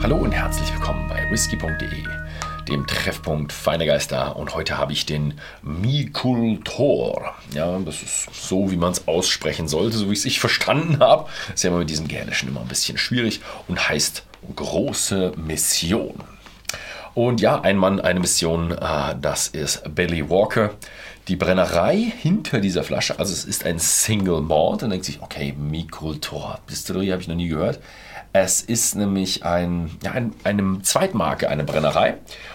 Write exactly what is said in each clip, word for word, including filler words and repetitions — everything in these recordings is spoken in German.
Hallo und herzlich willkommen bei whisky punkt de, dem Treffpunkt feiner Geister. Und heute habe ich den Mi-Kultur. Ja, das ist so, wie man es aussprechen sollte, so wie ich es verstanden habe. Ist ja immer mit diesem Gälischen immer ein bisschen schwierig und heißt große Mission. Und ja, ein Mann, eine Mission, äh, das ist Billy Walker. Die Brennerei hinter dieser Flasche, also es ist ein Single Malt. Dann denkt sich, okay, Mi-Kultur, Distillerie habe ich noch nie gehört. Es ist nämlich ein, ja, ein, eine Zweitmarke, eine Brennerei.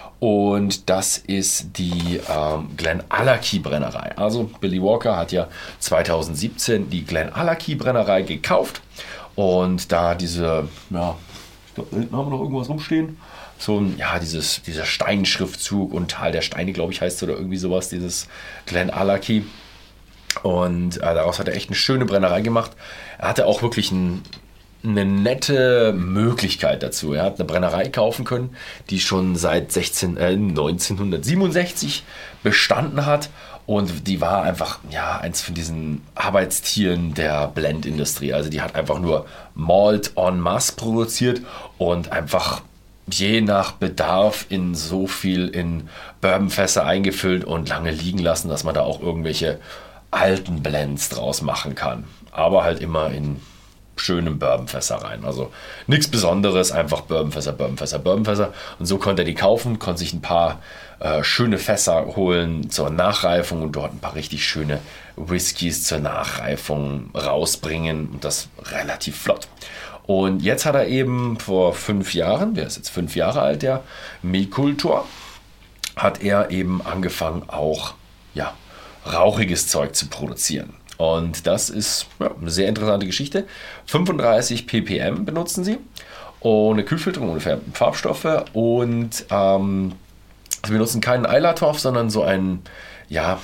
Und das ist die ähm, Glenallachie Brennerei. Also Billy Walker hat ja zwanzig siebzehn die Glenallachie Brennerei gekauft. Und da diese, ja, ich glaube, da hinten haben wir noch irgendwas rumstehen. So ein, ja, dieses, dieser Steinschriftzug und Tal der Steine, glaube ich, heißt es oder irgendwie sowas, dieses Glenallachie. Und äh, daraus hat er echt eine schöne Brennerei gemacht. Er hatte auch wirklich ein, eine nette Möglichkeit dazu. Er hat eine Brennerei kaufen können, die schon seit sechzehn, äh, neunzehnhundertsiebenundsechzig bestanden hat. Und die war einfach, ja, eins von diesen Arbeitstieren der Blendindustrie. Also die hat einfach nur Malt en masse produziert und einfach je nach Bedarf in so viel in Bourbonfässer eingefüllt und lange liegen lassen, dass man da auch irgendwelche alten Blends draus machen kann. Aber halt immer in schönen Bourbonfässer rein. Also nichts Besonderes, einfach Bourbonfässer, Bourbonfässer, Bourbonfässer. Und so konnte er die kaufen, konnte sich ein paar äh, schöne Fässer holen zur Nachreifung und dort ein paar richtig schöne Whiskys zur Nachreifung rausbringen. Und das relativ flott. Und jetzt hat er eben vor fünf Jahren, der ist jetzt fünf Jahre alt, der Mi-Kultur, hat er eben angefangen, auch ja, rauchiges Zeug zu produzieren. Und das ist ja, eine sehr interessante Geschichte. fünfunddreißig ppm benutzen sie, ohne Kühlfilterung, ohne Farbstoffe. Und ähm, sie benutzen keinen Eilertorf, sondern so ein, ja,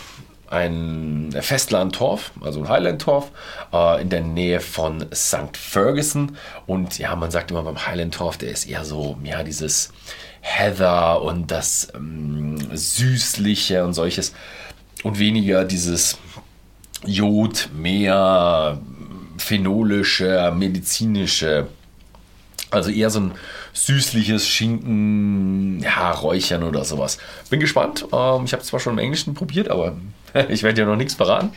ein Festlandtorf, also ein Highland-Torf, äh, in der Nähe von Sankt Ferguson. Und ja, man sagt immer beim Highland-Torf, der ist eher so, ja, dieses Heather und das ähm, Süßliche und solches. Und weniger dieses Jod, mehr phenolische, medizinische, also eher so ein süßliches Schinken, ja, Räuchern oder sowas. Bin gespannt. Ähm, ich habe es zwar schon im Englischen probiert, aber ich werde ja noch nichts verraten.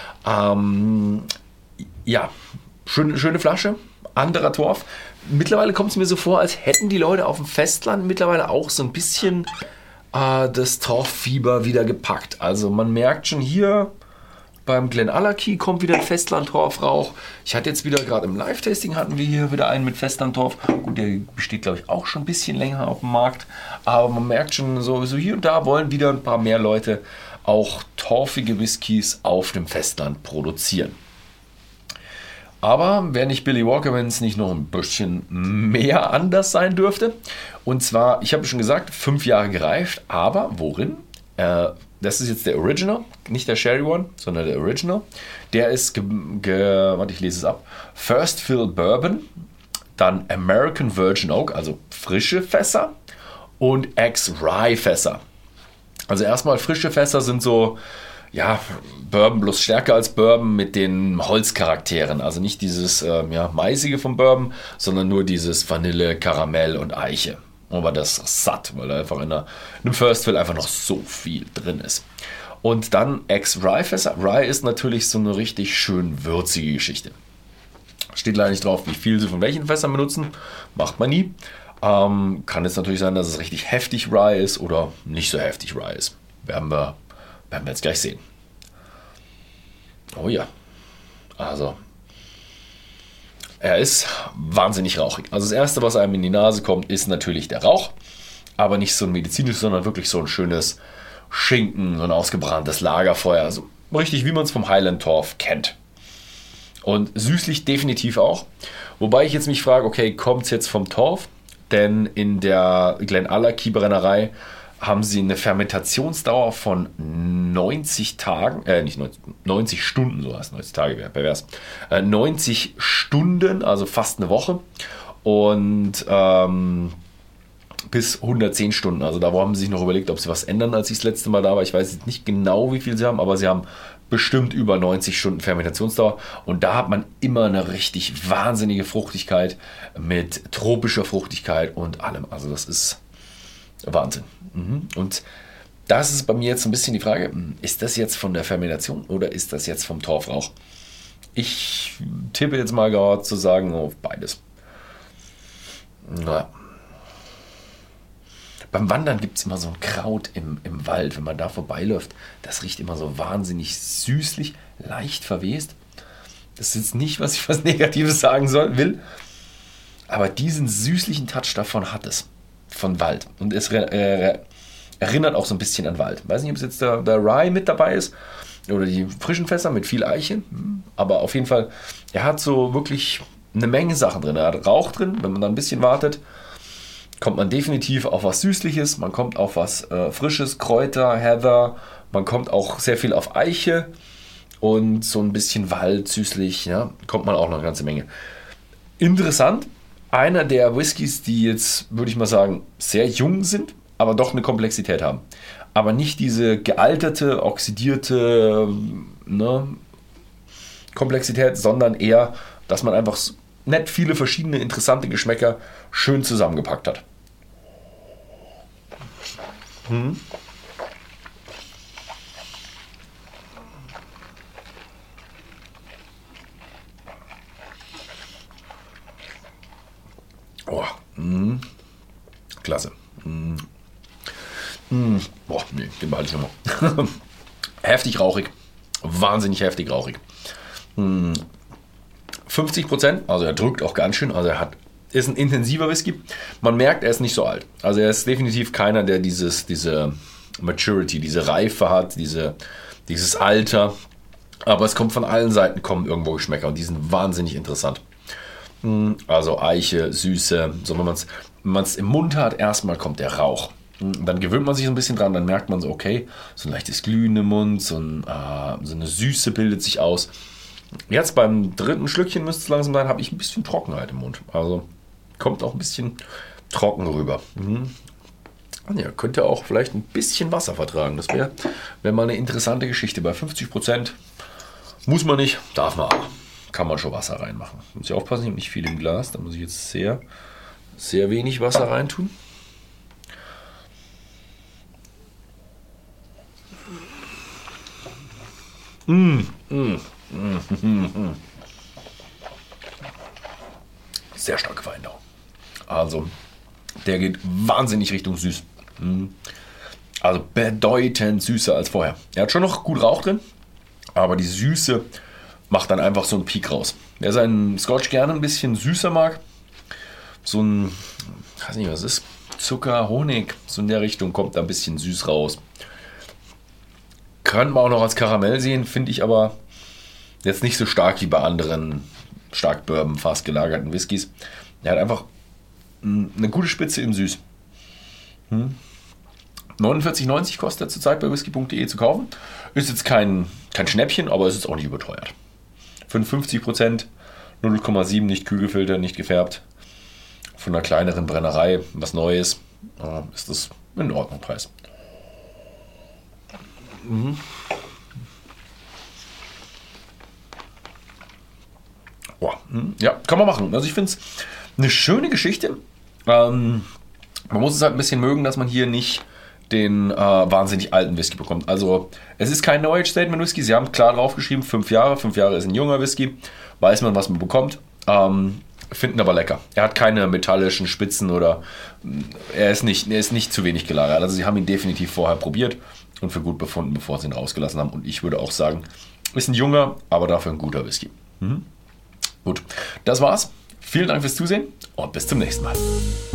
Ähm, ja, schöne, schöne Flasche, anderer Torf. Mittlerweile kommt es mir so vor, als hätten die Leute auf dem Festland mittlerweile auch so ein bisschen äh, das Torffieber wieder gepackt. Also man merkt schon hier, beim Glenallachie kommt wieder ein Festlandtorfrauch. Ich hatte jetzt wieder, gerade im Live-Tasting hatten wir hier wieder einen mit Festlandtorf. Gut, der besteht, glaube ich, auch schon ein bisschen länger auf dem Markt. Aber man merkt schon, so, so hier und da wollen wieder ein paar mehr Leute auch torfige Whiskys auf dem Festland produzieren. Aber wäre nicht Billy Walker, wenn es nicht noch ein bisschen mehr anders sein dürfte. Und zwar, ich habe schon gesagt, fünf Jahre gereift. Aber worin? Äh, das ist jetzt der Original, nicht der Sherry One, sondern der Original. Der ist, ge, ge, warte, ich lese es ab, First Fill Bourbon, dann American Virgin Oak, also frische Fässer und Ex-Rye Fässer. Also erstmal frische Fässer sind so, ja, Bourbon bloß stärker als Bourbon mit den Holzcharakteren. Also nicht dieses äh, ja, Maisige vom Bourbon, sondern nur dieses Vanille, Karamell und Eiche. Aber das ist satt, weil da einfach in, einer, in einem First Fill einfach noch so viel drin ist. Und dann Ex-Rye-Fässer. Rye ist natürlich so eine richtig schön würzige Geschichte. Steht leider nicht drauf, wie viel sie von welchen Fässern benutzen. Macht man nie. Ähm, kann jetzt natürlich sein, dass es richtig heftig Rye ist oder nicht so heftig Rye ist. Werden wir, werden wir jetzt gleich sehen. Oh ja. Also, er ist wahnsinnig rauchig. Also das Erste, was einem in die Nase kommt, ist natürlich der Rauch. Aber nicht so ein medizinisches, sondern wirklich so ein schönes Schinken, so ein ausgebranntes Lagerfeuer. Also richtig, wie man es vom Highland-Torf kennt. Und süßlich definitiv auch. Wobei ich jetzt mich frage, okay, kommt es jetzt vom Torf? Denn in der Glenallachie Brennerei haben sie eine Fermentationsdauer von neunzig Tagen, äh nicht neunzig, neunzig Stunden, so heißt neunzig Tage, wäre pervers, äh, neunzig Stunden, also fast eine Woche und ähm, bis hundertzehn Stunden, also da haben sie sich noch überlegt, ob sie was ändern, als ich das letzte Mal da war. Ich weiß jetzt nicht genau, wie viel sie haben, aber sie haben bestimmt über neunzig Stunden Fermentationsdauer und da hat man immer eine richtig wahnsinnige Fruchtigkeit mit tropischer Fruchtigkeit und allem. Also das ist Wahnsinn. Mhm. Und das ist bei mir jetzt ein bisschen die Frage, ist das jetzt von der Fermentation oder ist das jetzt vom Torfrauch? Ich tippe jetzt mal gerade zu sagen auf beides. Naja. Beim Wandern gibt es immer so ein Kraut im, im Wald, wenn man da vorbeiläuft. Das riecht immer so wahnsinnig süßlich, leicht verwest. Das ist jetzt nicht, was ich was Negatives sagen soll, will. Aber diesen süßlichen Touch davon hat es. Von Wald. Und es äh, erinnert auch so ein bisschen an Wald. Ich weiß nicht, ob es jetzt der, der Rye mit dabei ist oder die frischen Fässer mit viel Eiche. Aber auf jeden Fall, er hat so wirklich eine Menge Sachen drin. Er hat Rauch drin, wenn man da ein bisschen wartet. Kommt man definitiv auf was Süßliches, man kommt auf was äh, Frisches, Kräuter, Heather, man kommt auch sehr viel auf Eiche und so ein bisschen Wald, süßlich, ja, kommt man auch noch eine ganze Menge. Interessant, einer der Whiskys, die jetzt, würde ich mal sagen, sehr jung sind, aber doch eine Komplexität haben. Aber nicht diese gealterte, oxidierte ne, Komplexität, sondern eher, dass man einfach nett viele verschiedene interessante Geschmäcker schön zusammengepackt hat. Hm. Oh, mm. Klasse. Mm. Mm. Boah, nee, den behalte ich nochmal. Heftig rauchig. Wahnsinnig heftig rauchig. Mm. fünfzig Prozent, also er drückt auch ganz schön, also er hat, ist ein intensiver Whisky. Man merkt, er ist nicht so alt. Also er ist definitiv keiner, der dieses, diese Maturity, diese Reife hat, diese, dieses Alter. Aber es kommt von allen Seiten, kommen irgendwo Geschmäcker und die sind wahnsinnig interessant. Also Eiche, Süße, so wenn man es wenn man es im Mund hat, erstmal kommt der Rauch. Dann gewöhnt man sich so ein bisschen dran, dann merkt man so, okay, so ein leichtes Glühen im Mund, so, ein, äh, so eine Süße bildet sich aus. Jetzt beim dritten Schlückchen müsste es langsam sein, habe ich ein bisschen Trockenheit im Mund. Also kommt auch ein bisschen trocken rüber. Mhm. Ja, könnte auch vielleicht ein bisschen Wasser vertragen. Das wäre wär mal eine interessante Geschichte. Bei fünfzig Prozent muss man nicht, darf man aber. Kann man schon Wasser reinmachen. Muss ich aufpassen, ich habe nicht viel im Glas. Da muss ich jetzt sehr, sehr wenig Wasser reintun. Mm, mm. Sehr starke Weinau. Also, der geht wahnsinnig Richtung süß. Also bedeutend süßer als vorher. Er hat schon noch gut Rauch drin, aber die Süße macht dann einfach so einen Peak raus. Wer seinen Scotch gerne ein bisschen süßer mag, so ein, ich weiß nicht, was ist, Zucker, Honig, so in der Richtung kommt da ein bisschen süß raus. Kann man auch noch als Karamell sehen, finde ich aber jetzt nicht so stark wie bei anderen stark Bourbon, fast gelagerten Whiskys. Er hat einfach eine gute Spitze im Süß. Hm. neunundvierzig neunzig kostet er zurzeit bei whisky punkt de zu kaufen. Ist jetzt kein, kein Schnäppchen, aber es ist auch nicht überteuert. fünfundfünfzig Prozent, null Komma sieben, nicht kühlgefiltert, nicht gefärbt. Von einer kleineren Brennerei, was Neues, ist das in Ordnung Preis. Mhm. Oh, ja, kann man machen. Also ich finde es eine schöne Geschichte. Ähm, man muss es halt ein bisschen mögen, dass man hier nicht den äh, wahnsinnig alten Whisky bekommt. Also es ist kein No Age Statement Whisky. Sie haben klar draufgeschrieben, fünf Jahre. Fünf Jahre ist ein junger Whisky. Weiß man, was man bekommt. Ähm, finden aber lecker. Er hat keine metallischen Spitzen oder er ist nicht, er ist nicht zu wenig gelagert. Also sie haben ihn definitiv vorher probiert und für gut befunden, bevor sie ihn rausgelassen haben. Und ich würde auch sagen, ist ein junger, aber dafür ein guter Whisky. Mhm. Gut, das war's. Vielen Dank fürs Zusehen und bis zum nächsten Mal.